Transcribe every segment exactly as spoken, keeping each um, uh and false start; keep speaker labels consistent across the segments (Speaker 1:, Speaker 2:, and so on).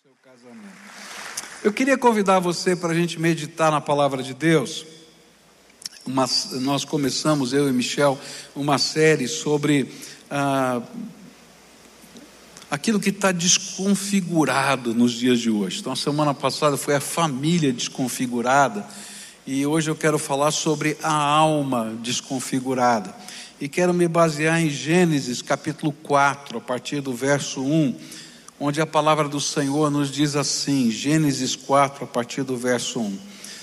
Speaker 1: seu casamento. Eu queria convidar você para a gente meditar na palavra de Deus. Uma, nós começamos, eu e Michel, uma série sobre ah, aquilo que está desconfigurado nos dias de hoje. Então, a semana passada foi a família desconfigurada, e hoje eu quero falar sobre a alma desconfigurada. E quero me basear em Gênesis capítulo quatro, a partir do verso um, onde a palavra do Senhor nos diz assim, Gênesis quatro, a partir do verso um.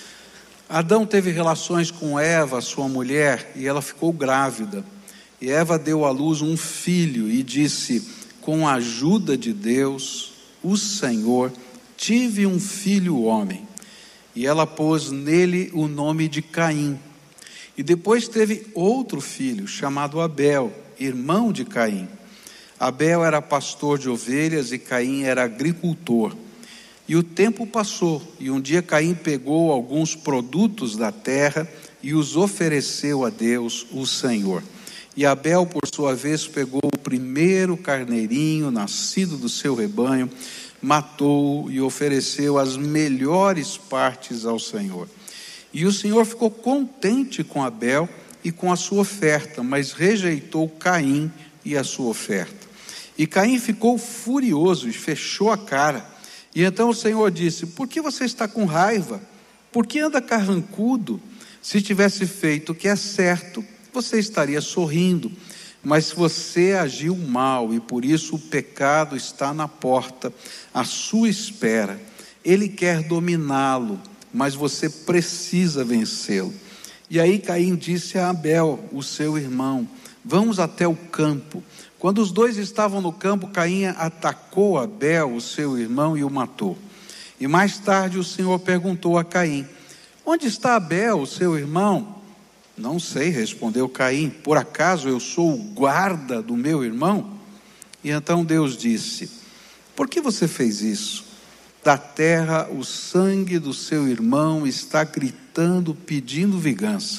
Speaker 1: Adão teve relações com Eva, sua mulher, e ela ficou grávida. E Eva deu à luz um filho e disse, com a ajuda de Deus, o Senhor, tive um filho homem. E ela pôs nele o nome de Caim. E depois teve outro filho, chamado Abel, irmão de Caim. Abel era pastor de ovelhas e Caim era agricultor. E o tempo passou, e um dia Caim pegou alguns produtos da terra e os ofereceu a Deus, o Senhor. E Abel, por sua vez, pegou o primeiro carneirinho nascido do seu rebanho, matou-o e ofereceu as melhores partes ao Senhor. E o Senhor ficou contente com Abel e com a sua oferta, mas rejeitou Caim e a sua oferta. E Caim ficou furioso e fechou a cara. E então o Senhor disse, por que você está com raiva? Por que anda carrancudo? Se tivesse feito o que é certo, você estaria sorrindo. Mas você agiu mal e por isso o pecado está na porta, à sua espera. Ele quer dominá-lo, mas você precisa vencê-lo. E aí Caim disse a Abel, o seu irmão, vamos até o campo. Quando os dois estavam no campo, Caim atacou Abel, o seu irmão, e o matou. E mais tarde o Senhor perguntou a Caim, onde está Abel, o seu irmão? Não sei, respondeu Caim, por acaso eu sou o guarda do meu irmão? E então Deus disse, por que você fez isso? Da terra o sangue do seu irmão está gritando, pedindo vingança.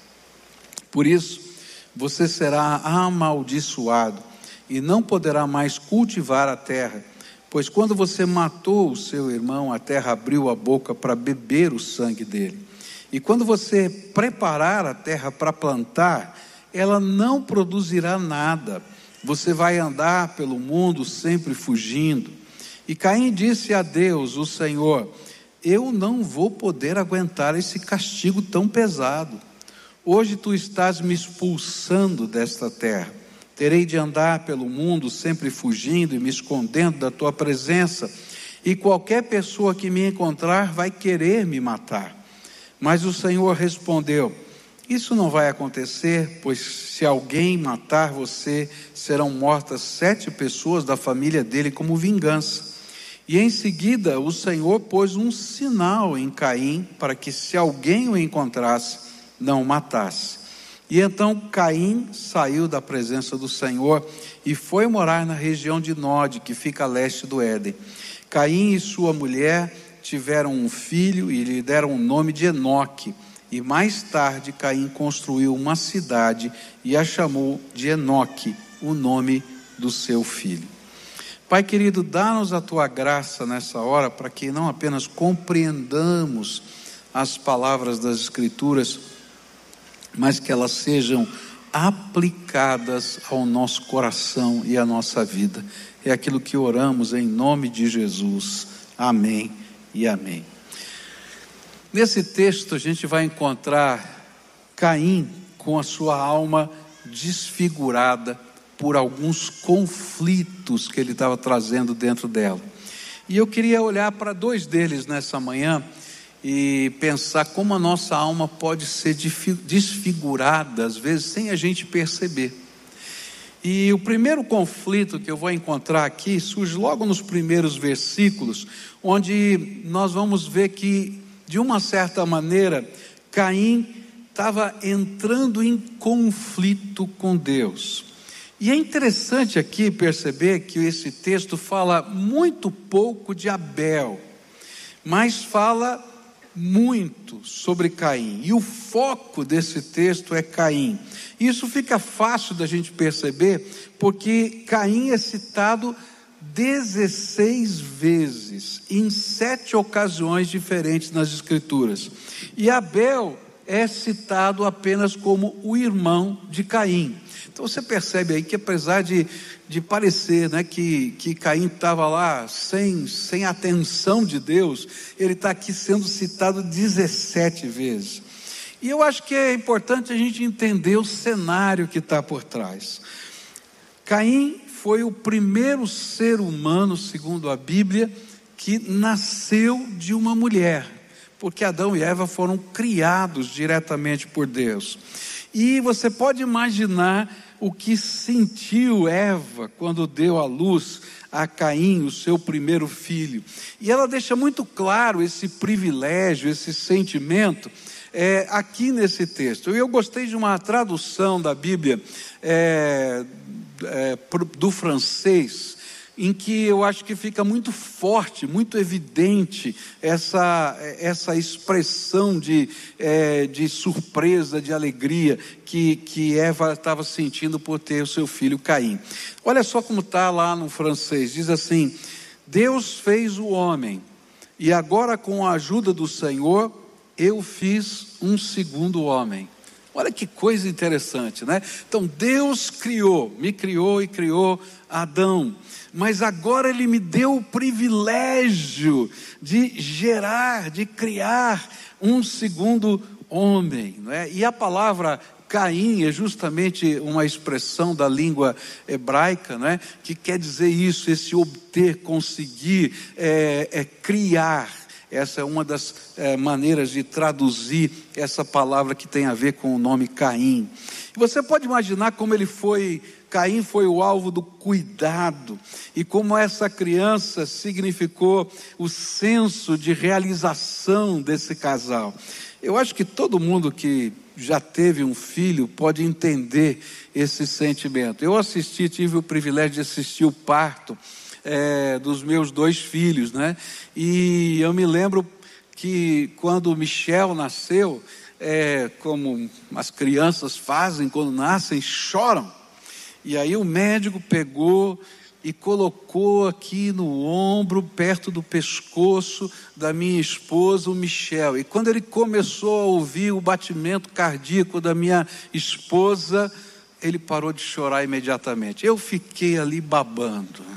Speaker 1: Por isso, você será amaldiçoado e não poderá mais cultivar a terra, pois quando você matou o seu irmão, a terra abriu a boca para beber o sangue dele. E quando você preparar a terra para plantar, ela não produzirá nada. Você vai andar pelo mundo sempre fugindo. E Caim disse a Deus, o Senhor, eu não vou poder aguentar esse castigo tão pesado. Hoje tu estás me expulsando desta terra. Terei de andar pelo mundo sempre fugindo e me escondendo da tua presença. E qualquer pessoa que me encontrar vai querer me matar. Mas o Senhor respondeu, isso não vai acontecer, pois se alguém matar você, serão mortas sete pessoas da família dele como vingança. E em seguida o Senhor pôs um sinal em Caim, para que se alguém o encontrasse, não o matasse. E então Caim saiu da presença do Senhor e foi morar na região de Nod, que fica a leste do Éden. Caim e sua mulher tiveram um filho e lhe deram o nome de Enoque. E mais tarde Caim construiu uma cidade e a chamou de Enoque, o nome do seu filho. Pai querido, dá-nos a tua graça nessa hora, para que não apenas compreendamos as palavras das Escrituras, mas que elas sejam aplicadas ao nosso coração e à nossa vida. É aquilo que oramos em nome de Jesus. Amém e amém. Nesse texto a gente vai encontrar Caim com a sua alma desfigurada por alguns conflitos que ele estava trazendo dentro dela. E eu queria olhar para dois deles nessa manhã e pensar como a nossa alma pode ser desfigurada, às vezes, sem a gente perceber. E o primeiro conflito que eu vou encontrar aqui surge logo nos primeiros versículos, onde nós vamos ver que, de uma certa maneira, Caim estava entrando em conflito com Deus. E é interessante aqui perceber que esse texto fala muito pouco de Abel, mas fala muito sobre Caim, e o foco desse texto é Caim. Isso fica fácil da gente perceber, porque Caim é citado dezesseis vezes, em sete ocasiões diferentes nas Escrituras. E Abel é citado apenas como o irmão de Caim. Então você percebe aí que, apesar de, de parecer, né, que, que Caim estava lá sem, sem atenção de Deus, ele está aqui sendo citado dezessete vezes. E eu acho que é importante a gente entender o cenário que está por trás. Caim foi o primeiro ser humano, segundo a Bíblia, que nasceu de uma mulher, porque Adão e Eva foram criados diretamente por Deus. E você pode imaginar o que sentiu Eva quando deu à luz a Caim, o seu primeiro filho. E ela deixa muito claro esse privilégio, esse sentimento, é, aqui nesse texto. Eu gostei de uma tradução da Bíblia, é, é, do francês, em que eu acho que fica muito forte, muito evidente essa, essa expressão de, é, de surpresa, de alegria que, que Eva estava sentindo por ter o seu filho Caim. Olha só como está lá no francês, diz assim: Deus fez o homem, e agora com a ajuda do Senhor, eu fiz um segundo homem. Olha que coisa interessante, né? Então Deus criou, me criou e criou Adão, mas agora Ele me deu o privilégio de gerar, de criar um segundo homem, não é? E a palavra Caim é justamente uma expressão da língua hebraica, né, que quer dizer isso, esse obter, conseguir, é, é criar. Essa é uma das é, maneiras de traduzir essa palavra que tem a ver com o nome Caim. E você pode imaginar como ele foi, Caim foi o alvo do cuidado, e como essa criança significou o senso de realização desse casal. Eu acho que todo mundo que já teve um filho pode entender esse sentimento. Eu assisti, tive o privilégio de assistir o parto É, dos meus dois filhos, né? E eu me lembro que quando o Michel nasceu, é, como as crianças fazem quando nascem, choram. E aí o médico pegou e colocou aqui no ombro, perto do pescoço da minha esposa, o Michel. E quando ele começou a ouvir o batimento cardíaco da minha esposa, ele parou de chorar imediatamente. Eu fiquei ali babando.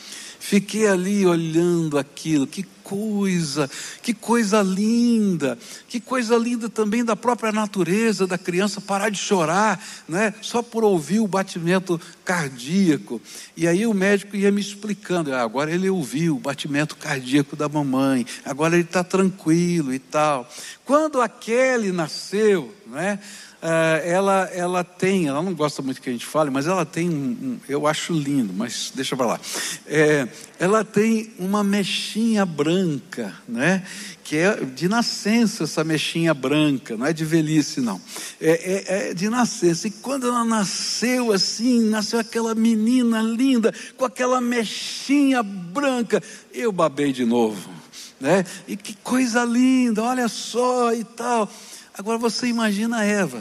Speaker 1: Fiquei ali olhando aquilo, que coisa, que coisa linda, que coisa linda também da própria natureza da criança parar de chorar, né? Só por ouvir o batimento cardíaco. E aí o médico ia me explicando, ah, agora ele ouviu o batimento cardíaco da mamãe, agora ele está tranquilo e tal. Quando a Kelly nasceu, né? Uh, ela, ela tem, ela não gosta muito que a gente fale, mas ela tem, um, um, eu acho lindo, mas deixa pra lá, é, ela tem uma mechinha branca, né, que é de nascença essa mechinha branca, não é de velhice não, é, é, é de nascença. E quando ela nasceu assim, nasceu aquela menina linda, com aquela mechinha branca, eu babei de novo, né, e que coisa linda, olha só e tal. Agora você imagina a Eva,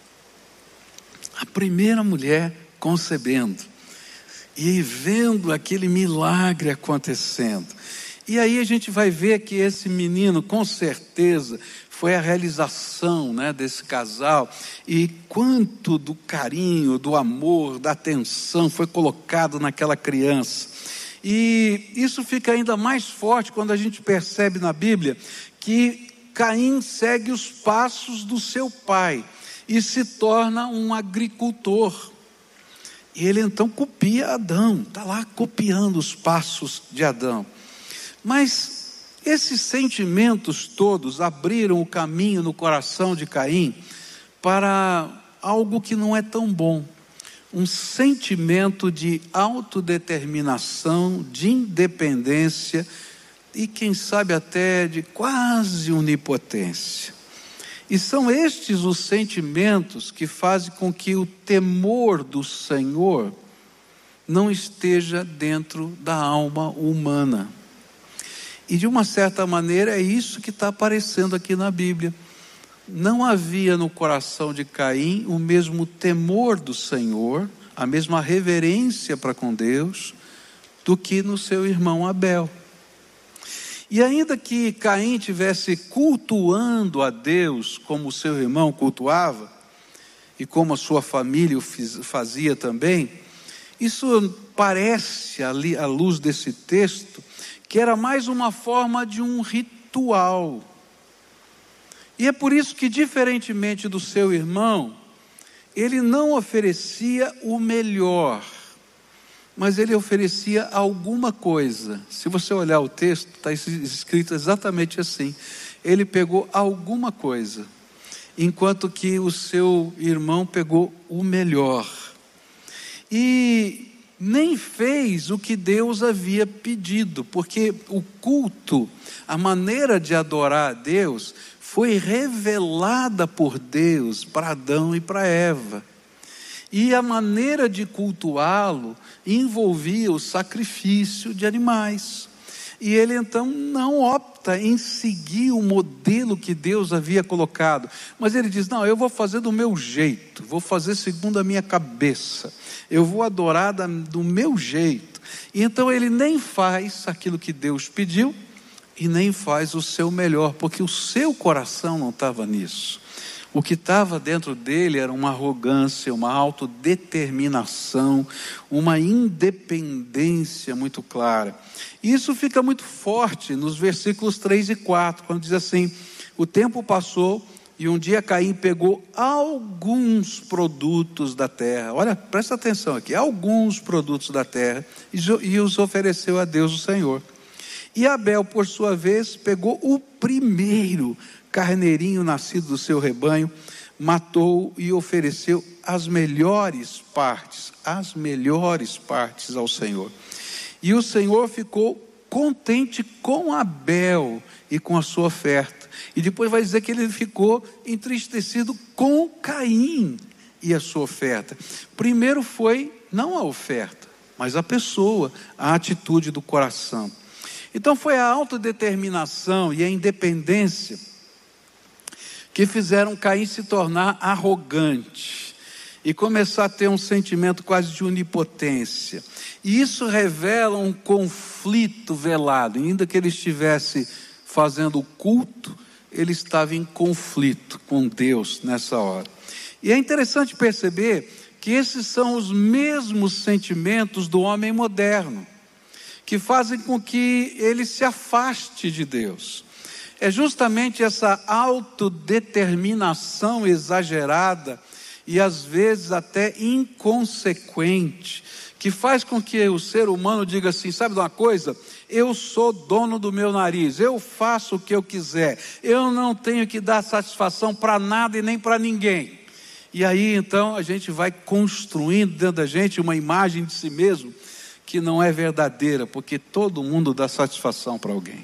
Speaker 1: a primeira mulher concebendo, e vendo aquele milagre acontecendo. E aí a gente vai ver que esse menino, com certeza, foi a realização, né, desse casal, e quanto do carinho, do amor, da atenção foi colocado naquela criança. E isso fica ainda mais forte quando a gente percebe na Bíblia que Caim segue os passos do seu pai e se torna um agricultor. E ele então copia Adão, está lá copiando os passos de Adão. Mas esses sentimentos todos abriram o caminho no coração de Caim para algo que não é tão bom. Um sentimento de autodeterminação, de independência e quem sabe até de quase onipotência. E são estes os sentimentos que fazem com que o temor do Senhor não esteja dentro da alma humana. E de uma certa maneira é isso que está aparecendo aqui na Bíblia. Não havia no coração de Caim o mesmo temor do Senhor, a mesma reverência para com Deus. do que no seu irmão Abel. E ainda que Caim estivesse cultuando a Deus como o seu irmão cultuava, e como a sua família o fazia também, isso parece, à luz desse texto, que era mais uma forma de um ritual. E é por isso que, diferentemente do seu irmão, ele não oferecia o melhor, mas ele oferecia alguma coisa. Se você olhar o texto, está escrito exatamente assim: ele pegou alguma coisa, enquanto que o seu irmão pegou o melhor. E nem fez o que Deus havia pedido, porque o culto, a maneira de adorar a Deus, foi revelada por Deus para Adão e para Eva. E a maneira de cultuá-lo envolvia o sacrifício de animais. E ele então não opta em seguir o modelo que Deus havia colocado, mas ele diz: não, eu vou fazer do meu jeito, vou fazer segundo a minha cabeça, eu vou adorar da, do meu jeito. E então ele nem faz aquilo que Deus pediu, e nem faz o seu melhor, porque o seu coração não estava nisso. O que estava dentro dele era uma arrogância, uma autodeterminação, uma independência muito clara. E isso fica muito forte nos versículos três e quatro, quando diz assim: o tempo passou e um dia Caim pegou alguns produtos da terra. Olha, presta atenção aqui: alguns produtos da terra, e os ofereceu a Deus o Senhor. E Abel, por sua vez, pegou o primeiro carneirinho nascido do seu rebanho, matou e ofereceu as melhores partes, as melhores partes ao Senhor. E o Senhor ficou contente com Abel e com a sua oferta. E depois vai dizer que ele ficou entristecido com Caim e a sua oferta. Primeiro foi não a oferta, mas a pessoa, a atitude do coração. Então foi a autodeterminação e a independência que fizeram Caim se tornar arrogante e começar a ter um sentimento quase de onipotência. E isso revela um conflito velado. Ainda que ele estivesse fazendo o culto, ele estava em conflito com Deus nessa hora. E é interessante perceber que esses são os mesmos sentimentos do homem moderno, que fazem com que ele se afaste de Deus. É justamente essa autodeterminação exagerada e às vezes até inconsequente, que faz com que o ser humano diga assim: sabe de uma coisa? Eu sou dono do meu nariz, eu faço o que eu quiser, eu não tenho que dar satisfação para nada e nem para ninguém. E aí então a gente vai construindo dentro da gente uma imagem de si mesmo que não é verdadeira, porque todo mundo dá satisfação para alguém.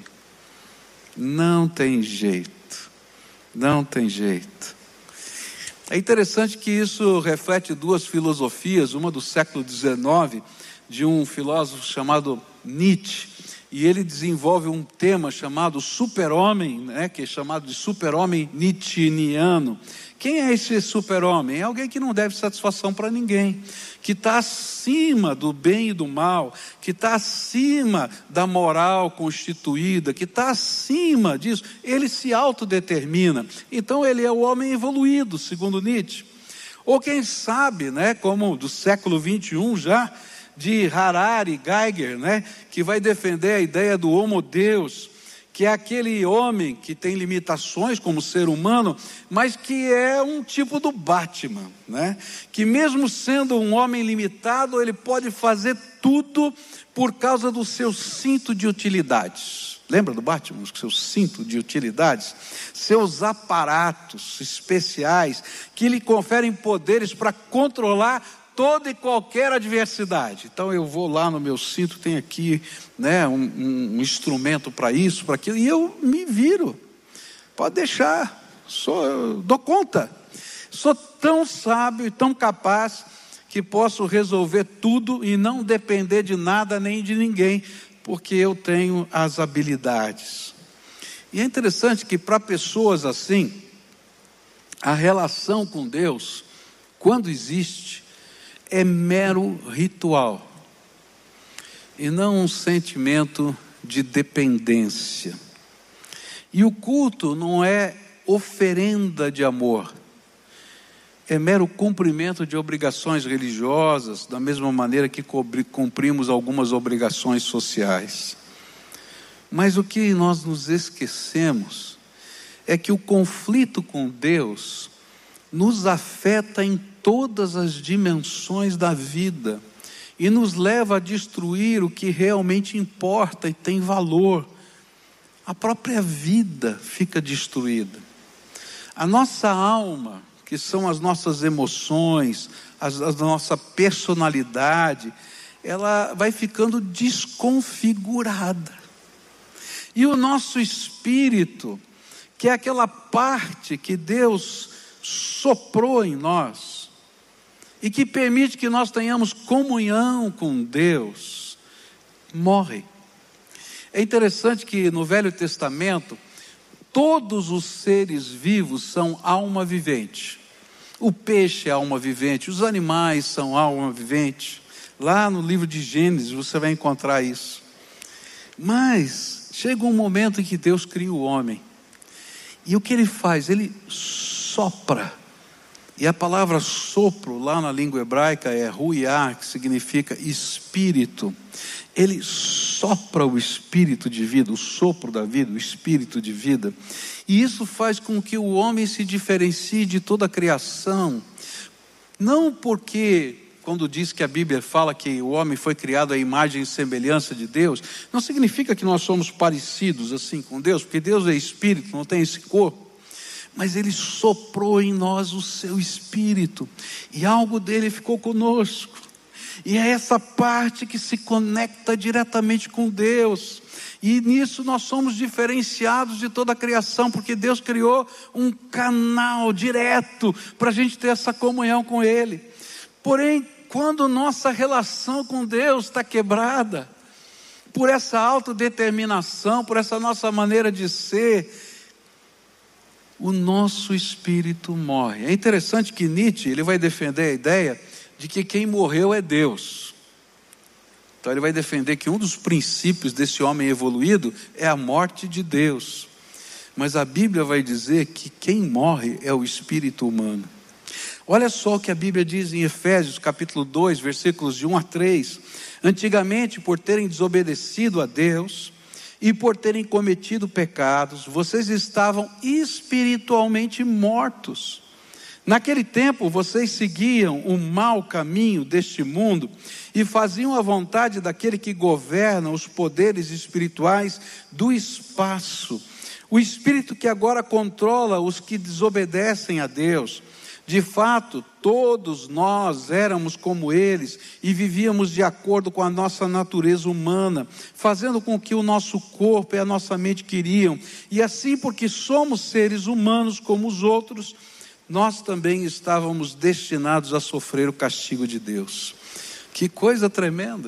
Speaker 1: Não tem jeito, não tem jeito. É interessante que isso reflete duas filosofias, uma do século dezenove, de um filósofo chamado Nietzsche, e ele desenvolve um tema chamado super-homem, né, que é chamado de super-homem nietzscheano. Quem é esse super-homem? É alguém que não deve satisfação para ninguém, que está acima do bem e do mal, que está acima da moral constituída, que está acima disso. Ele se autodetermina. Então ele é o homem evoluído, segundo Nietzsche. Ou quem sabe, né, como do século vinte e um já, de Harari, Geiger, né, que vai defender a ideia do homo deus, que é aquele homem que tem limitações como ser humano, mas que é um tipo do Batman, né? Que mesmo sendo um homem limitado, ele pode fazer tudo por causa do seu cinto de utilidades. Lembra do Batman? O seu cinto de utilidades? Seus aparatos especiais que lhe conferem poderes para controlar toda e qualquer adversidade. Então eu vou lá no meu cinto, tem aqui, né, um, um instrumento para isso, para aquilo, e eu me viro. Pode deixar, sou, eu dou conta. Sou tão sábio e tão capaz que posso resolver tudo e não depender de nada nem de ninguém, porque eu tenho as habilidades. E é interessante que para pessoas assim, a relação com Deus, quando existe, é mero ritual. e não um sentimento de dependência. E o culto não é oferenda de amor, é mero cumprimento de obrigações religiosas, da mesma maneira que cumprimos algumas obrigações sociais. Mas o que nós nos esquecemos é que o conflito com Deus nos afeta em todas as dimensões da vida e nos leva a destruir o que realmente importa e tem valor. A própria vida fica destruída. A nossa alma, que são as nossas emoções, as, a nossa personalidade, ela vai ficando desconfigurada. E o nosso espírito, que é aquela parte que Deus soprou em nós, e que permite que nós tenhamos comunhão com Deus, morre. É interessante que no Velho Testamento, todos os seres vivos são alma vivente. O peixe é alma vivente, os animais são alma vivente. Lá no livro de Gênesis você vai encontrar isso. Mas chega um momento em que Deus cria o homem. E o que ele faz? Ele sopra. E a palavra sopro lá na língua hebraica é ruiá, que significa espírito. Ele sopra o espírito de vida, o sopro da vida, o espírito de vida. E isso faz com que o homem se diferencie de toda a criação. Não porque, quando diz que a Bíblia fala que o homem foi criado à imagem e semelhança de Deus, não significa que nós somos parecidos assim com Deus, porque Deus é espírito, não tem esse corpo. Mas Ele soprou em nós o seu espírito, e algo dele ficou conosco. E é essa parte que se conecta diretamente com Deus. E nisso nós somos diferenciados de toda a criação, porque Deus criou um canal direto para a gente ter essa comunhão com Ele. Porém, quando nossa relação com Deus está quebrada, por essa autodeterminação, por essa nossa maneira de ser, o nosso espírito morre. É interessante que Nietzsche, ele vai defender a ideia de que quem morreu é Deus. Então ele vai defender que um dos princípios desse homem evoluído é a morte de Deus. Mas a Bíblia vai dizer que quem morre é o espírito humano. Olha só o que a Bíblia diz em Efésios capítulo dois, versículos de um a três. Antigamente, por terem desobedecido a Deus e por terem cometido pecados, vocês estavam espiritualmente mortos. Naquele tempo, vocês seguiam o mau caminho deste mundo e faziam a vontade daquele que governa os poderes espirituais do espaço. O espírito que agora controla os que desobedecem a Deus. De fato, todos nós éramos como eles e vivíamos de acordo com a nossa natureza humana, fazendo com que o nosso corpo e a nossa mente queriam. E assim, porque somos seres humanos como os outros, nós também estávamos destinados a sofrer o castigo de Deus. Que coisa tremenda!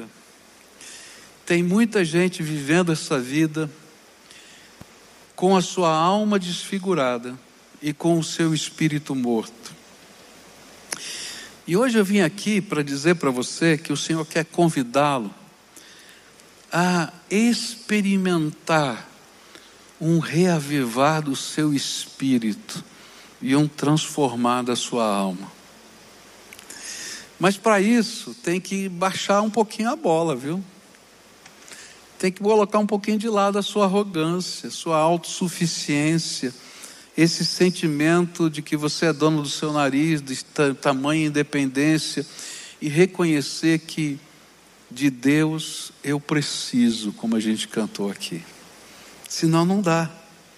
Speaker 1: Tem muita gente vivendo essa vida com a sua alma desfigurada e com o seu espírito morto. E hoje eu vim aqui para dizer para você que o Senhor quer convidá-lo a experimentar um reavivar do seu espírito e um transformar da sua alma. Mas para isso tem que baixar um pouquinho a bola, viu? Tem que colocar um pouquinho de lado a sua arrogância, sua autossuficiência, esse sentimento de que você é dono do seu nariz, de tamanha independência, e reconhecer que de Deus eu preciso, como a gente cantou aqui. Senão não dá.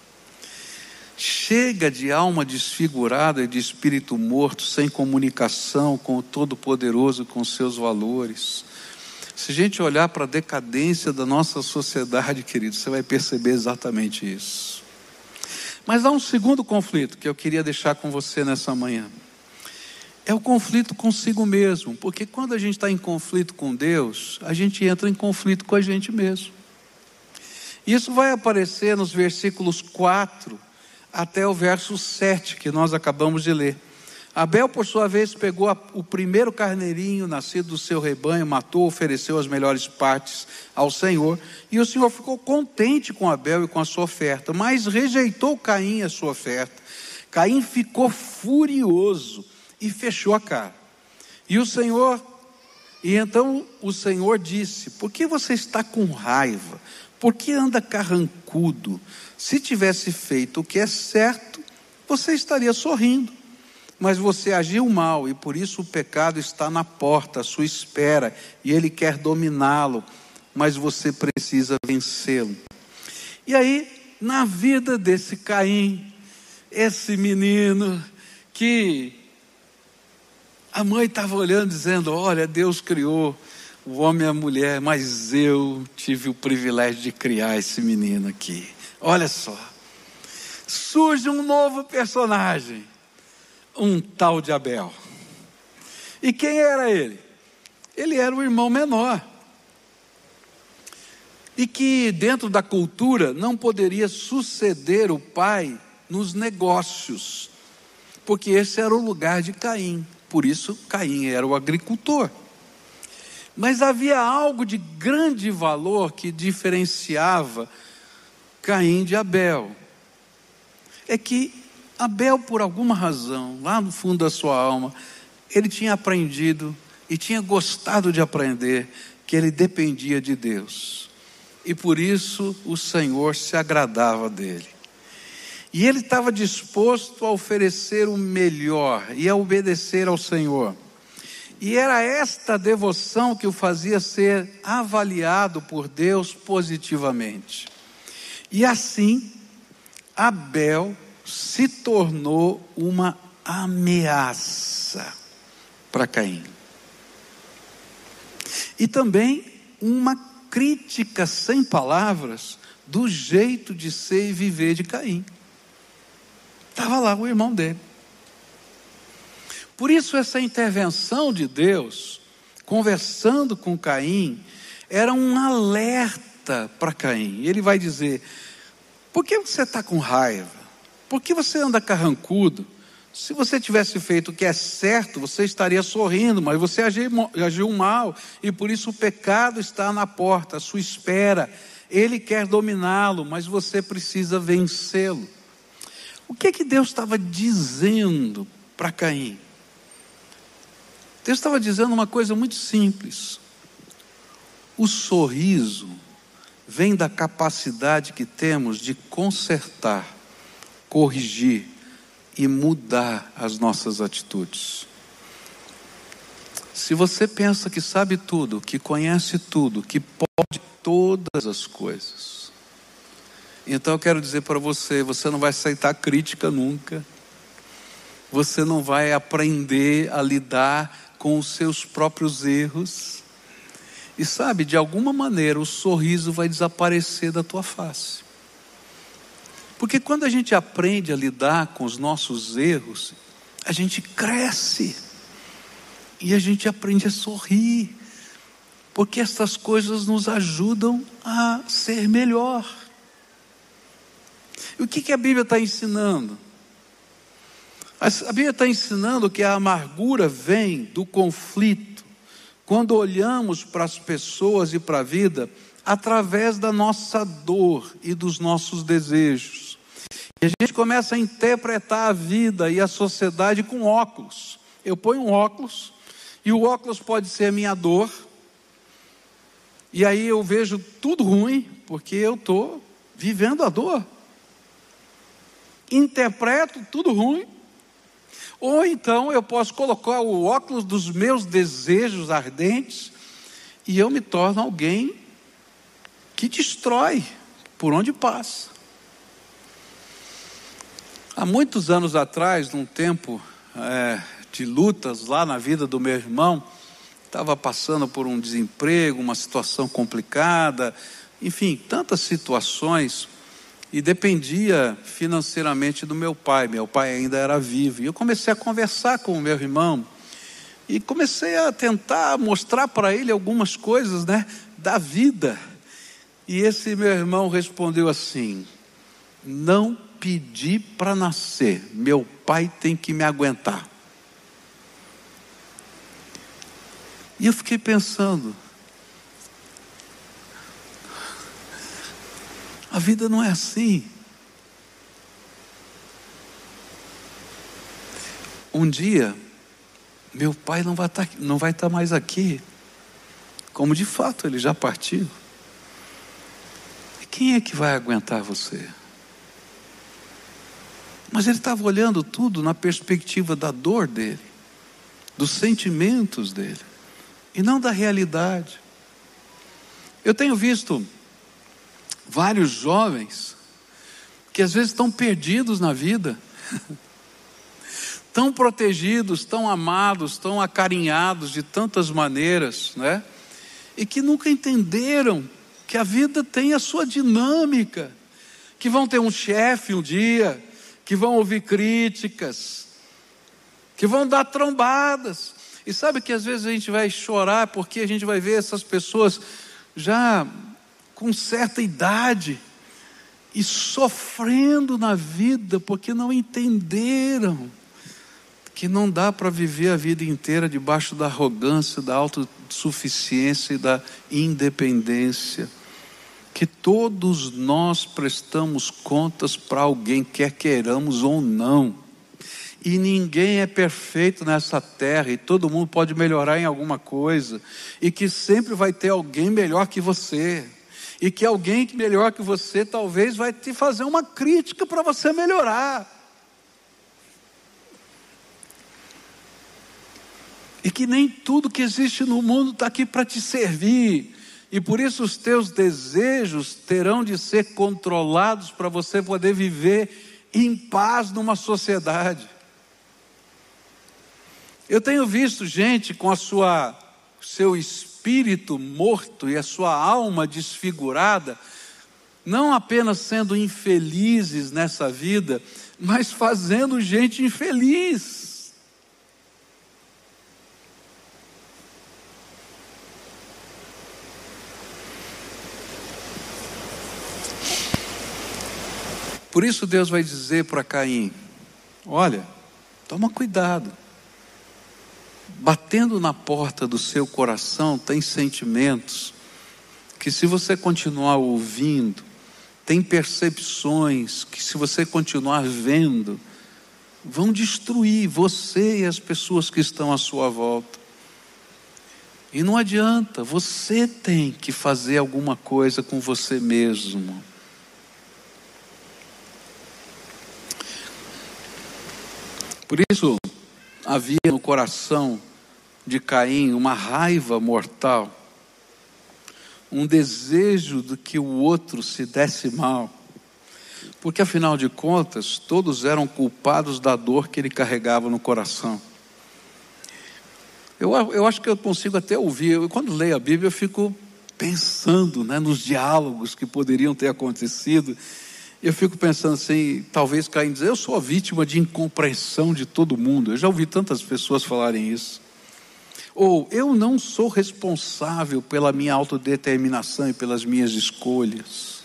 Speaker 1: Chega de alma desfigurada e de espírito morto, sem comunicação com o Todo-Poderoso, com seus valores. Se a gente olhar para a decadência da nossa sociedade, querido, você vai perceber exatamente isso. Mas há um segundo conflito que eu queria deixar com você nessa manhã. É o conflito consigo mesmo, porque quando a gente está em conflito com Deus, a gente entra em conflito com a gente mesmo. Isso vai aparecer nos versículos quatro até o verso sete, que nós acabamos de ler. Abel, por sua vez, pegou a, o primeiro carneirinho nascido do seu rebanho, matou, ofereceu as melhores partes ao Senhor, e o Senhor ficou contente com Abel e com a sua oferta, mas rejeitou Caim a sua oferta. Caim ficou furioso e fechou a cara. E o Senhor, e então o Senhor disse: por que você está com raiva? Por que anda carrancudo? Se tivesse feito o que é certo, você estaria sorrindo. Mas você agiu mal e por isso o pecado está na porta, à sua espera, e ele quer dominá-lo, mas você precisa vencê-lo. E aí, na vida desse Caim, esse menino que a mãe estava olhando dizendo: olha, Deus criou o homem e a mulher, mas eu tive o privilégio de criar esse menino aqui. Olha só, surge um novo personagem, um tal de Abel. E quem era ele? Ele era o irmão menor, e que dentro da cultura não poderia suceder o pai nos negócios, porque esse era o lugar de Caim. Por isso Caim era o agricultor. Mas havia algo de grande valor que diferenciava Caim de Abel. É que Abel, por alguma razão, lá no fundo da sua alma, ele tinha aprendido e tinha gostado de aprender que ele dependia de Deus. E por isso o Senhor se agradava dele. E ele estava disposto a oferecer o melhor e a obedecer ao Senhor. E era esta devoção que o fazia ser avaliado por Deus positivamente. E assim, Abel se tornou uma ameaça para Caim. E também uma crítica sem palavras do jeito de ser e viver de Caim. Estava lá o irmão dele. Por isso essa intervenção de Deus, conversando com Caim, era um alerta para Caim. Ele vai dizer: por que você está com raiva? Por que você anda carrancudo? Se você tivesse feito o que é certo, você estaria sorrindo, mas você agiu, agiu mal, e por isso o pecado está na porta, à sua espera. Ele quer dominá-lo, mas você precisa vencê-lo. O que que Deus estava dizendo para Caim? Deus estava dizendo uma coisa muito simples. O sorriso vem da capacidade que temos de consertar, corrigir e mudar as nossas atitudes. Se você pensa que sabe tudo, que conhece tudo, que pode todas as coisas, então eu quero dizer para você, você não vai aceitar crítica nunca. Você não vai aprender a lidar com os seus próprios erros. E sabe, de alguma maneira o sorriso vai desaparecer da tua face. Porque quando a gente aprende a lidar com os nossos erros, a gente cresce. E a gente aprende a sorrir. Porque essas coisas nos ajudam a ser melhor. E o que que a Bíblia está ensinando? A Bíblia está ensinando que a amargura vem do conflito, quando olhamos para as pessoas e para a vida, através da nossa dor e dos nossos desejos. E a gente começa a interpretar a vida e a sociedade com óculos. Eu ponho um óculos, e o óculos pode ser a minha dor, e aí eu vejo tudo ruim, porque eu estou vivendo a dor. Interpreto tudo ruim. Ou então eu posso colocar o óculos dos meus desejos ardentes e eu me torno alguém que destrói por onde passa. Há muitos anos atrás, num tempo é, de lutas lá na vida do meu irmão, estava passando por um desemprego, uma situação complicada, enfim, tantas situações. E dependia financeiramente do meu pai. Meu pai ainda era vivo. E eu comecei a conversar com o meu irmão. E comecei a tentar mostrar para ele algumas coisas, né, da vida. E esse meu irmão respondeu assim: não pedi para nascer. Meu pai tem que me aguentar. E eu fiquei pensando, a vida não é assim. Um dia, meu pai não vai estar, não vai estar mais aqui, como de fato ele já partiu. E quem é que vai aguentar você? Mas ele estava olhando tudo na perspectiva da dor dele, dos sentimentos dele, e não da realidade. Eu tenho visto vários jovens que às vezes estão perdidos na vida, tão protegidos, tão amados, tão acarinhados de tantas maneiras, né? E que nunca entenderam que a vida tem a sua dinâmica, que vão ter um chefe um dia, que vão ouvir críticas, que vão dar trombadas. E sabe que às vezes a gente vai chorar porque a gente vai ver essas pessoas já com certa idade e sofrendo na vida porque não entenderam que não dá para viver a vida inteira debaixo da arrogância, da autossuficiência e da independência. Que todos nós prestamos contas para alguém, quer queiramos ou não. E ninguém é perfeito nessa terra, e todo mundo pode melhorar em alguma coisa, e que sempre vai ter alguém melhor que você, e que alguém melhor que você talvez vai te fazer uma crítica para você melhorar. E que nem tudo que existe no mundo está aqui para te servir. E por isso os teus desejos terão de ser controlados para você poder viver em paz numa sociedade. Eu tenho visto gente com a sua, seu espírito morto e a sua alma desfigurada, não apenas sendo infelizes nessa vida, mas fazendo gente infeliz. Por isso Deus vai dizer para Caim: olha, toma cuidado. Batendo na porta do seu coração tem sentimentos que, se você continuar ouvindo, tem percepções que, se você continuar vendo, vão destruir você e as pessoas que estão à sua volta. E não adianta, você tem que fazer alguma coisa com você mesmo. Por isso, havia no coração de Caim uma raiva mortal, um desejo de que o outro se desse mal, porque afinal de contas, todos eram culpados da dor que ele carregava no coração. Eu, eu acho que eu consigo até ouvir, eu, quando leio a Bíblia eu fico pensando, né, nos diálogos que poderiam ter acontecido. Eu fico pensando assim, talvez Caim dizer: eu sou a vítima de incompreensão de todo mundo. Eu já ouvi tantas pessoas falarem isso. Ou, eu não sou responsável pela minha autodeterminação e pelas minhas escolhas.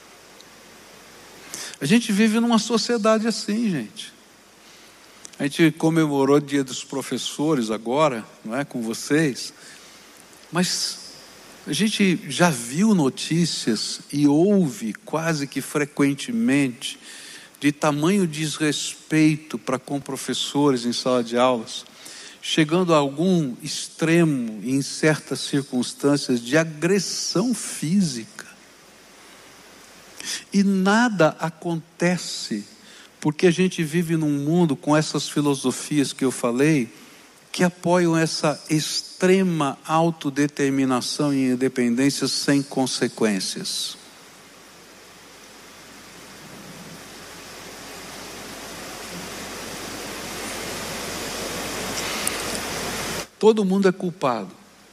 Speaker 1: A gente vive numa sociedade assim, gente. A gente comemorou o Dia dos Professores agora, não é, com vocês. Mas a gente já viu notícias e ouve quase que frequentemente de tamanho desrespeito para com professores em sala de aulas, chegando a algum extremo, em certas circunstâncias, de agressão física. E nada acontece, porque a gente vive num mundo com essas filosofias que eu falei, que apoiam essa extrema autodeterminação e independência sem consequências. Todo mundo é culpado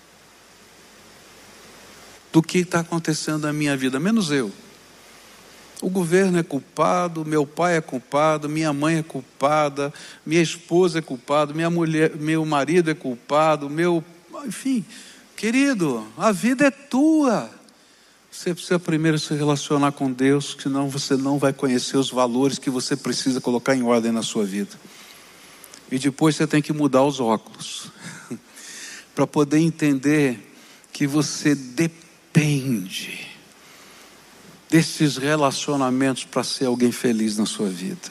Speaker 1: do que está acontecendo na minha vida, menos eu. O governo é culpado, meu pai é culpado, minha mãe é culpada, minha esposa é culpada, minha mulher, meu marido é culpado, meu, enfim, querido, a vida é tua. Você precisa primeiro se relacionar com Deus, senão você não vai conhecer os valores que você precisa colocar em ordem na sua vida. E depois você tem que mudar os óculos. para poder entender que você depende desses relacionamentos para ser alguém feliz na sua vida.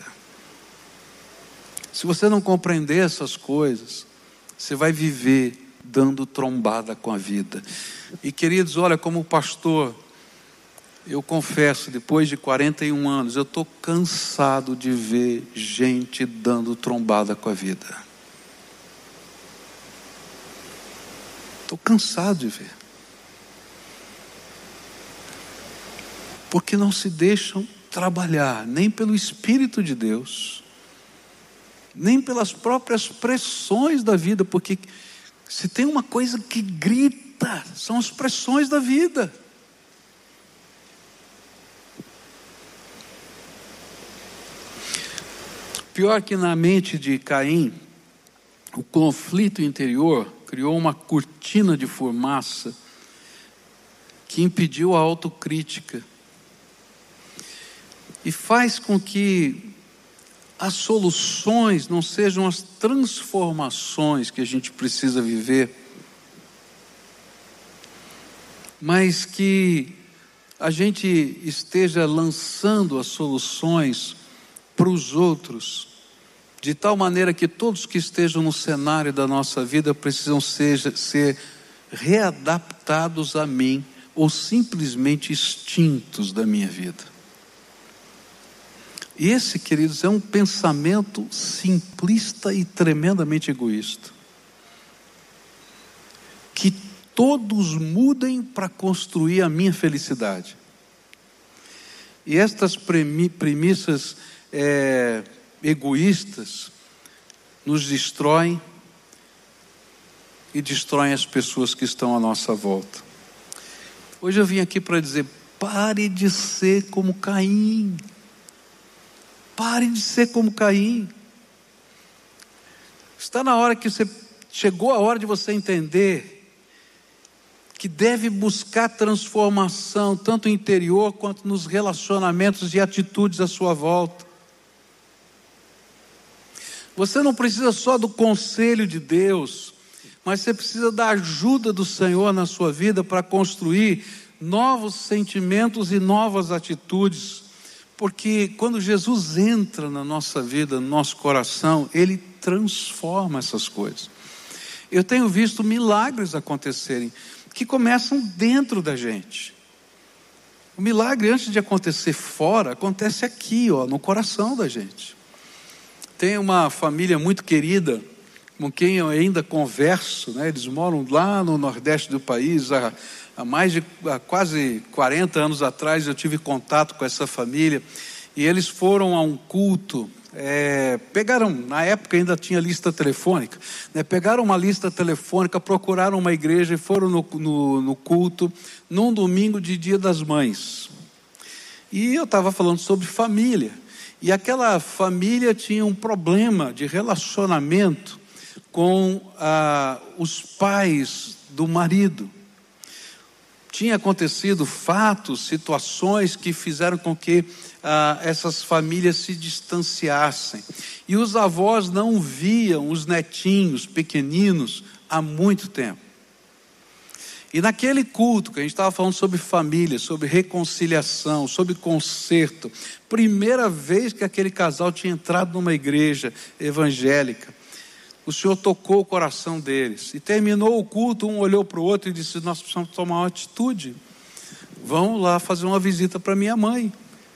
Speaker 1: Se você não compreender essas coisas, você vai viver dando trombada com a vida. E queridos, olha, como pastor, eu confesso, depois de quarenta e um anos, eu estou cansado de ver gente dando trombada com a vida. Estou cansado de ver. Porque não se deixam trabalhar, nem pelo Espírito de Deus, nem pelas próprias pressões da vida, porque se tem uma coisa que grita, são as pressões da vida. Pior que na mente de Caim, o conflito interior criou uma cortina de fumaça que impediu a autocrítica e faz com que as soluções não sejam as transformações que a gente precisa viver, mas que a gente esteja lançando as soluções para os outros, de tal maneira que todos que estejam no cenário da nossa vida precisam seja, ser readaptados a mim, ou simplesmente extintos da minha vida. E esse, queridos, é um pensamento simplista e tremendamente egoísta. Que todos mudem para construir a minha felicidade. E estas premissas é, egoístas nos destroem e destroem as pessoas que estão à nossa volta. Hoje eu vim aqui para dizer, pare de ser como Caim. Pare de ser como Caim. Está na hora que você, chegou a hora de você entender que deve buscar transformação, tanto interior quanto nos relacionamentos e atitudes à sua volta. Você não precisa só do conselho de Deus, mas você precisa da ajuda do Senhor na sua vida para construir novos sentimentos e novas atitudes. Porque quando Jesus entra na nossa vida, no nosso coração, Ele transforma essas coisas. Eu tenho visto milagres acontecerem, que começam dentro da gente. O milagre, antes de acontecer fora, acontece aqui, ó, no coração da gente. Tem uma família muito querida, com quem eu ainda converso, né? Eles moram lá no nordeste do país, há, há mais de há quase quarenta anos atrás eu tive contato com essa família, e eles foram a um culto, é, pegaram, na época ainda tinha lista telefônica, né? Pegaram uma lista telefônica, procuraram uma igreja e foram no, no, no culto, num domingo de Dia das Mães. E eu estava falando sobre família, e aquela família tinha um problema de relacionamento com ah, os pais do marido. Tinha acontecido fatos, situações que fizeram com que ah, essas famílias se distanciassem. E os avós não viam os netinhos pequeninos há muito tempo. E naquele culto que a gente estava falando sobre família, sobre reconciliação, sobre conserto, primeira vez que aquele casal tinha entrado numa igreja evangélica, o Senhor tocou o coração deles. E terminou o culto, um olhou para o outro e disse, nós precisamos tomar uma atitude. Vamos lá fazer uma visita para minha mãe.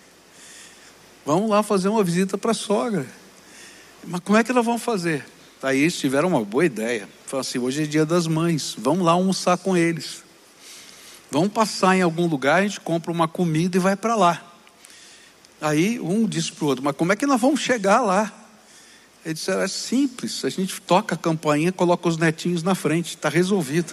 Speaker 1: Vamos lá fazer uma visita para a sogra. Mas como é que nós vamos fazer? Aí eles tiveram uma boa ideia. Falaram assim, hoje é dia das mães, vamos lá almoçar com eles. Vamos passar em algum lugar, a gente compra uma comida e vai para lá. Aí um disse para o outro, mas como é que nós vamos chegar lá? Ele disse, é simples, a gente toca a campainha, coloca os netinhos na frente, está resolvido.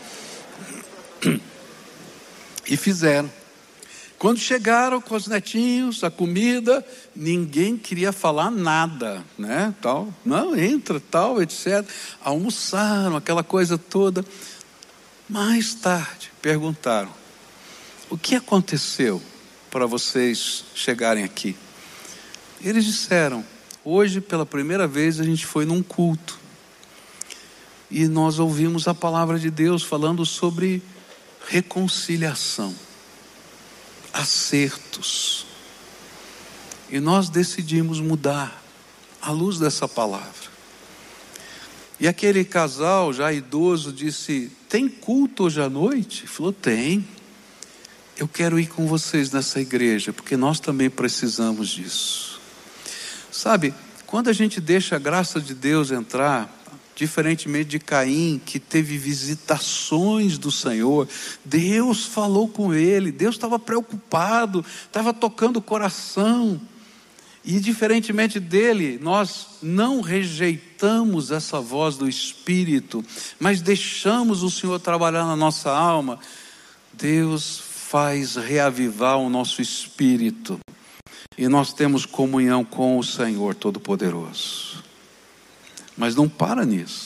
Speaker 1: E fizeram. Quando chegaram com os netinhos, a comida, ninguém queria falar nada, né? Tal, não, entra, tal, etcétera. Almoçaram, aquela coisa toda. Mais tarde, perguntaram, o que aconteceu para vocês chegarem aqui? Eles disseram, hoje, pela primeira vez, a gente foi num culto. e nós ouvimos a palavra de Deus falando sobre reconciliação, acertos. E nós decidimos mudar à luz dessa palavra. E aquele casal já idoso disse: tem culto hoje à noite? Ele falou: tem. Eu quero ir com vocês nessa igreja, porque nós também precisamos disso. Sabe, quando a gente deixa a graça de Deus entrar, diferentemente de Caim, que teve visitações do Senhor, Deus falou com ele, Deus estava preocupado, estava tocando o coração. E diferentemente dele, nós não rejeitamos essa voz do Espírito, mas deixamos o Senhor trabalhar na nossa alma. Deus faz reavivar o nosso espírito, e nós temos comunhão com o Senhor Todo-Poderoso. Mas não para nisso.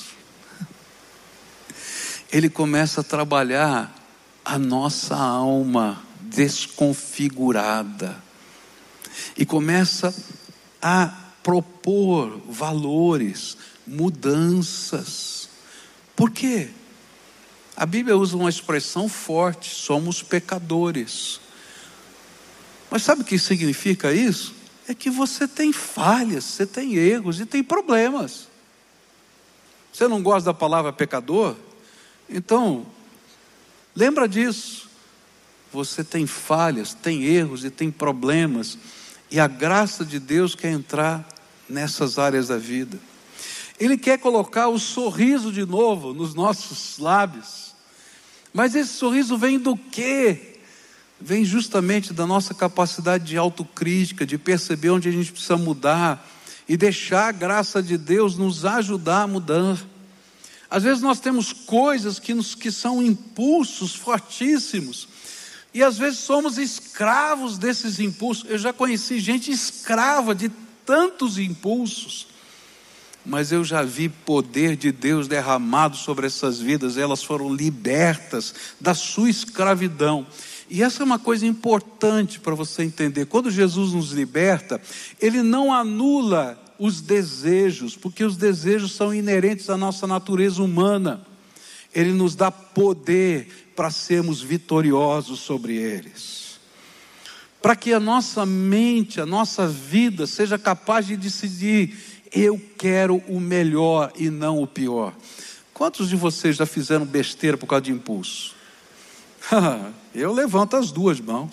Speaker 1: Ele começa a trabalhar a nossa alma desconfigurada, e começa a propor valores, mudanças. Por quê? A Bíblia usa uma expressão forte: somos pecadores. Mas sabe o que significa isso? É que você tem falhas, você tem erros e tem problemas. Você não gosta da palavra pecador? Então, lembra disso. Você tem falhas, tem erros e tem problemas. E a graça de Deus quer entrar nessas áreas da vida. Ele quer colocar o sorriso de novo nos nossos lábios. Mas esse sorriso vem do quê? Vem justamente da nossa capacidade de autocrítica, de perceber onde a gente precisa mudar e deixar a graça de Deus nos ajudar a mudar. Às vezes nós temos coisas que, nos, que são impulsos fortíssimos, e às vezes somos escravos desses impulsos. Eu já conheci gente escrava de tantos impulsos, mas eu já vi poder de Deus derramado sobre essas vidas. Elas foram libertas da sua escravidão. E essa é uma coisa importante para você entender. Quando Jesus nos liberta, Ele não anula os desejos, porque os desejos são inerentes à nossa natureza humana. Ele nos dá poder para sermos vitoriosos sobre eles, para que a nossa mente, a nossa vida seja capaz de decidir: eu quero o melhor e não o pior. Quantos de vocês já fizeram besteira por causa de impulso? Eu levanto as duas mãos.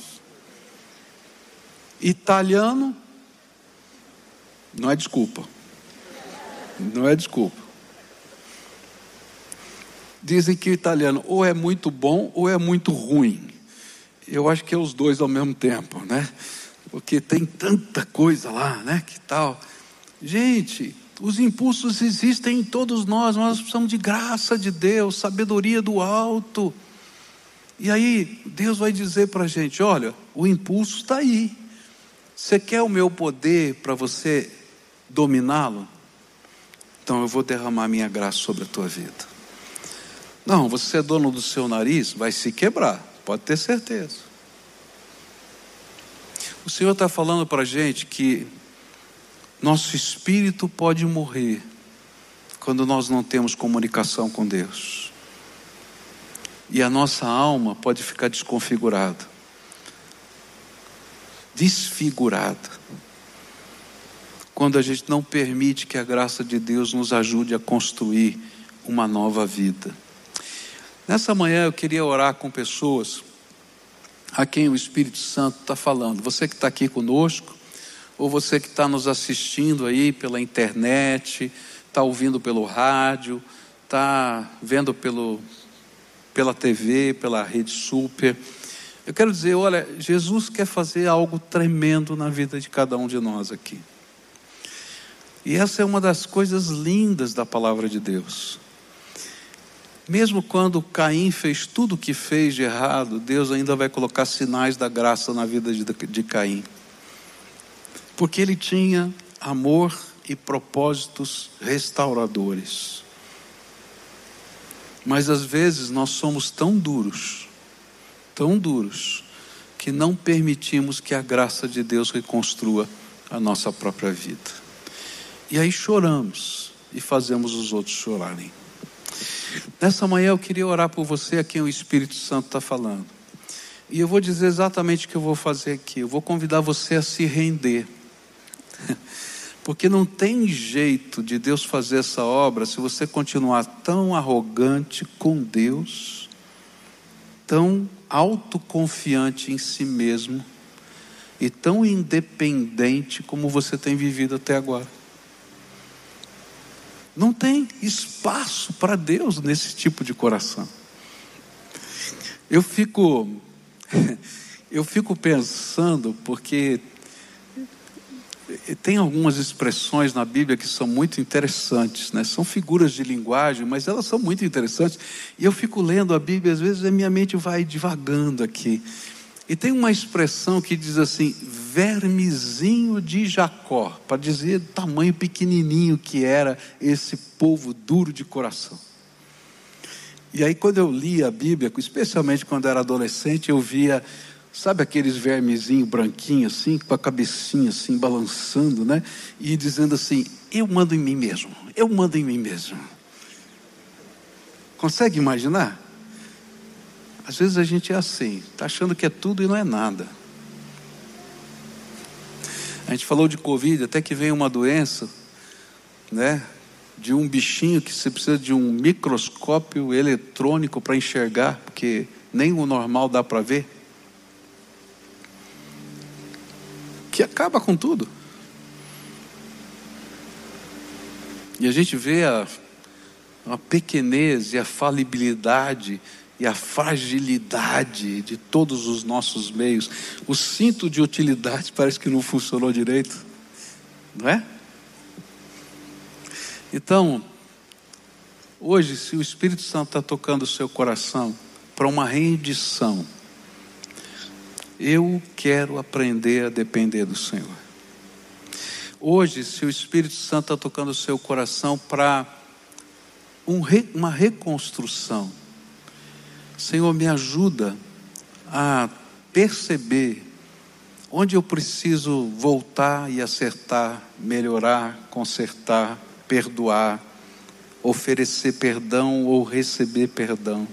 Speaker 1: Italiano não é desculpa. Não é desculpa. Dizem que o italiano ou é muito bom ou é muito ruim. Eu acho que é os dois ao mesmo tempo, né? Porque tem tanta coisa lá, né? Que tal? Gente, os impulsos existem em todos nós. Nós precisamos de graça de Deus, sabedoria do alto. E aí Deus vai dizer para a gente: olha, o impulso está aí. Você quer o meu poder para você dominá-lo? Então eu vou derramar minha graça sobre a tua vida. Não, você é dono do seu nariz, vai se quebrar, pode ter certeza. O Senhor está falando para a gente que nosso espírito pode morrer quando nós não temos comunicação com Deus. E a nossa alma pode ficar desconfigurada, desfigurada, quando a gente não permite que a graça de Deus nos ajude a construir uma nova vida. Nessa manhã eu queria orar com pessoas a quem o Espírito Santo está falando. Você que está aqui conosco, ou você que está nos assistindo aí pela internet, está ouvindo pelo rádio, está vendo pelo, pela T V, pela Rede Super. Eu quero dizer, olha, Jesus quer fazer algo tremendo na vida de cada um de nós aqui. E essa é uma das coisas lindas da palavra de Deus. Mesmo quando Caim fez tudo o que fez de errado, Deus ainda vai colocar sinais da graça na vida de, de Caim. Porque ele tinha amor e propósitos restauradores. Mas às vezes nós somos tão duros, tão duros, que não permitimos que a graça de Deus reconstrua a nossa própria vida. E aí choramos e fazemos os outros chorarem. Nessa manhã eu queria orar por você a quem o Espírito Santo está falando. E eu vou dizer exatamente o que eu vou fazer aqui. Eu vou convidar você a se render. Porque não tem jeito de Deus fazer essa obra se você continuar tão arrogante com Deus, tão autoconfiante em si mesmo e tão independente como você tem vivido até agora. Não tem espaço para Deus nesse tipo de coração. Eu fico, eu fico pensando, porque tem algumas expressões na Bíblia que são muito interessantes, né? São figuras de linguagem, mas elas são muito interessantes. E eu fico lendo a Bíblia, às vezes a minha mente vai divagando aqui. E tem uma expressão que diz assim, vermezinho de Jacó, para dizer o tamanho pequenininho que era esse povo duro de coração. E aí quando eu li a Bíblia, especialmente quando eu era adolescente, eu via, sabe aqueles vermezinhos branquinhos assim, com a cabecinha assim, balançando, né? E dizendo assim, eu mando em mim mesmo, eu mando em mim mesmo. Consegue imaginar? Às vezes a gente é assim, está achando que é tudo e não é nada. A gente falou de Covid, até que vem uma doença, né? De um bichinho que você precisa de um microscópio eletrônico para enxergar, porque nem o normal dá para ver. Que acaba com tudo. E a gente vê a, a pequenez e a falibilidade e a fragilidade de todos os nossos meios. O cinto de utilidade parece que não funcionou direito, não é? Então, hoje, se o Espírito Santo está tocando o seu coração para uma rendição, eu quero aprender a depender do Senhor. Hoje, se o Espírito Santo está tocando o seu coração para um re, uma reconstrução, Senhor, me ajuda a perceber onde eu preciso voltar e acertar, melhorar, consertar, perdoar, oferecer perdão ou receber perdão.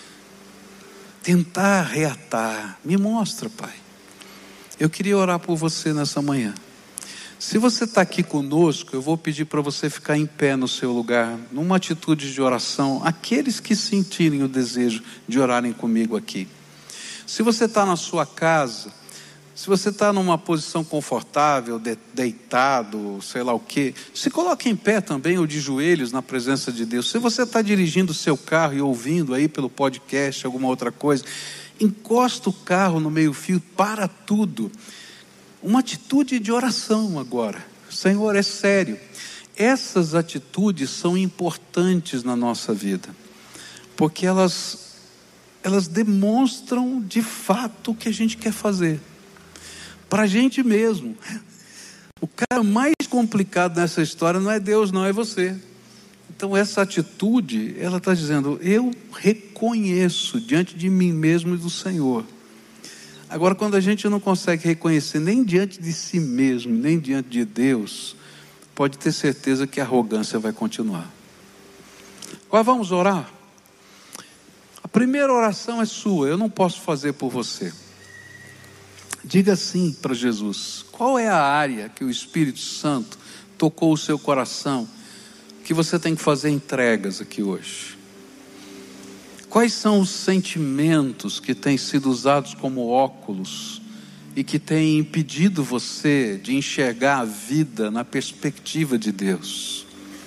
Speaker 1: Tentar reatar. Me mostra, Pai. Eu queria orar por você nessa manhã. Se você está aqui conosco, eu vou pedir para você ficar em pé no seu lugar, numa atitude de oração, aqueles que sentirem o desejo de orarem comigo aqui. Se você está na sua casa, se você está numa posição confortável, de, deitado, sei lá o quê, se coloque em pé também ou de joelhos na presença de Deus. Se você está dirigindo o seu carro e ouvindo aí pelo podcast, alguma outra coisa, encosta o carro no meio-fio, para tudo. Uma atitude de oração agora. Senhor, é sério. Essas atitudes são importantes na nossa vida, porque elas, elas demonstram de fato o que a gente quer fazer. Para a gente mesmo. O cara mais complicado nessa história não é Deus, não, é você. Então essa atitude, ela está dizendo, eu reconheço diante de mim mesmo e do Senhor. Agora, quando a gente não consegue reconhecer nem diante de si mesmo, nem diante de Deus, pode ter certeza que a arrogância vai continuar. Agora vamos orar? A primeira oração é sua, eu não posso fazer por você. Diga assim para Jesus, qual é a área que o Espírito Santo tocou o seu coração, que você tem que fazer entregas aqui hoje? Quais são os sentimentos que têm sido usados como óculos e que têm impedido você de enxergar a vida na perspectiva de Deus?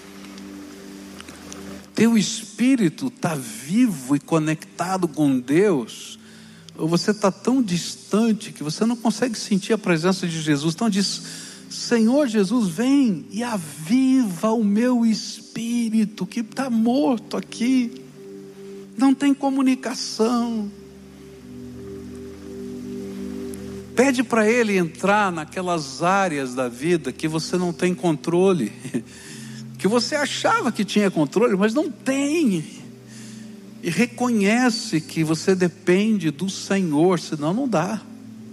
Speaker 1: Teu espírito está vivo e conectado com Deus, ou você está tão distante que você não consegue sentir a presença de Jesus? Então diz, Senhor Jesus, vem e aviva o meu espírito que está morto aqui. Não tem comunicação. Pede para Ele entrar naquelas áreas da vida que você não tem controle, que você achava que tinha controle, mas não tem. E reconhece que você depende do Senhor, senão não dá.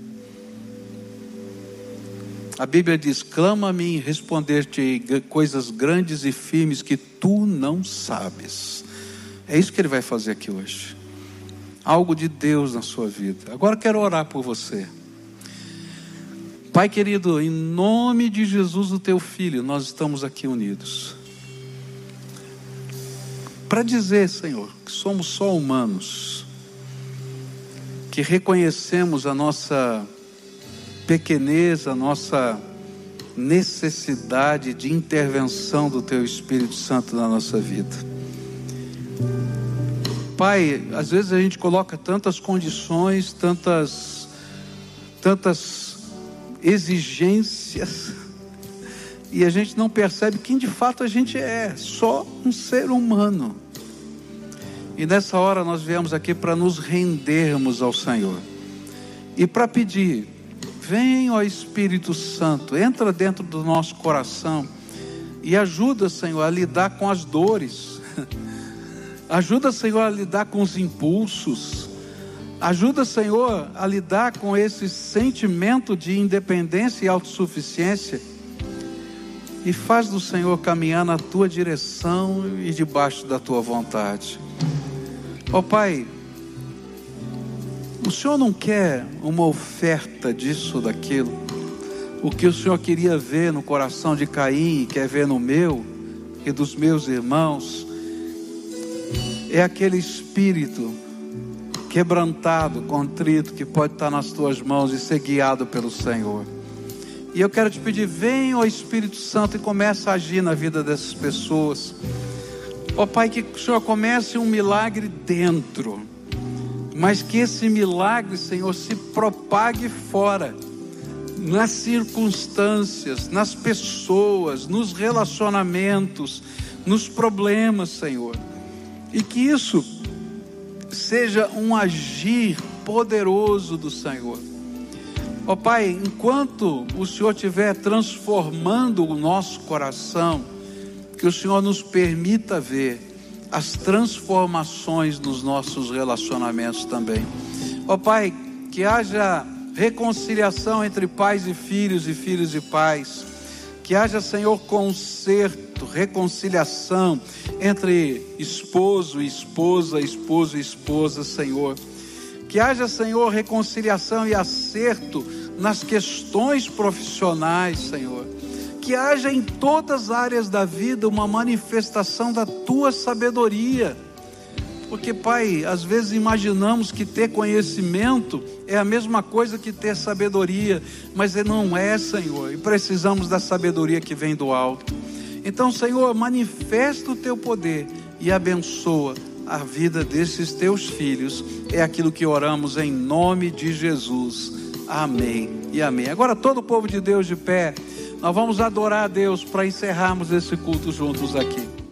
Speaker 1: A Bíblia diz, clama-me e responder-te coisas grandes e firmes que tu não sabes. É isso que Ele vai fazer aqui hoje. Algo de Deus na sua vida. Agora eu quero orar por você. Pai querido, em nome de Jesus, o Teu Filho, nós estamos aqui unidos para dizer, Senhor, que somos só humanos, que reconhecemos a nossa pequenez, a nossa necessidade de intervenção do Teu Espírito Santo na nossa vida. Pai, às vezes a gente coloca tantas condições, tantas, tantas exigências, e a gente não percebe quem de fato a gente é, só um ser humano. E nessa hora nós viemos aqui para nos rendermos ao Senhor e para pedir: vem, ó Espírito Santo, entra dentro do nosso coração e ajuda, Senhor, a lidar com as dores. Ajuda, Senhor, a lidar com os impulsos. Ajuda, Senhor, a lidar com esse sentimento de independência e autossuficiência. E faz do Senhor caminhar na Tua direção e debaixo da Tua vontade. Ó Pai, o Senhor não quer uma oferta disso, daquilo. O que o Senhor queria ver no coração de Caim, quer ver no meu e dos meus irmãos, é aquele espírito quebrantado, contrito, que pode estar nas Tuas mãos e ser guiado pelo Senhor. E eu quero te pedir: vem, ó Espírito Santo, e comece a agir na vida dessas pessoas. Ó Pai, que o Senhor comece um milagre dentro, mas que esse milagre, Senhor, se propague fora, nas circunstâncias, nas pessoas, nos relacionamentos, nos problemas, Senhor. E que isso seja um agir poderoso do Senhor. Ó Pai, enquanto o Senhor estiver transformando o nosso coração, que o Senhor nos permita ver as transformações nos nossos relacionamentos também. Ó Pai, que haja reconciliação entre pais e filhos e filhos e pais. Que haja, Senhor, conserto, reconciliação entre esposo e esposa, esposo e esposa, Senhor. Que haja, Senhor, reconciliação e acerto nas questões profissionais, Senhor. Que haja em todas as áreas da vida uma manifestação da Tua sabedoria. Porque, Pai, às vezes imaginamos que ter conhecimento é a mesma coisa que ter sabedoria, mas não é, Senhor, e precisamos da sabedoria que vem do alto. Então, Senhor, manifesta o Teu poder e abençoa a vida desses Teus filhos. É aquilo que oramos em nome de Jesus. Amém e amém. Agora todo o povo de Deus de pé, nós vamos adorar a Deus para encerrarmos esse culto juntos aqui.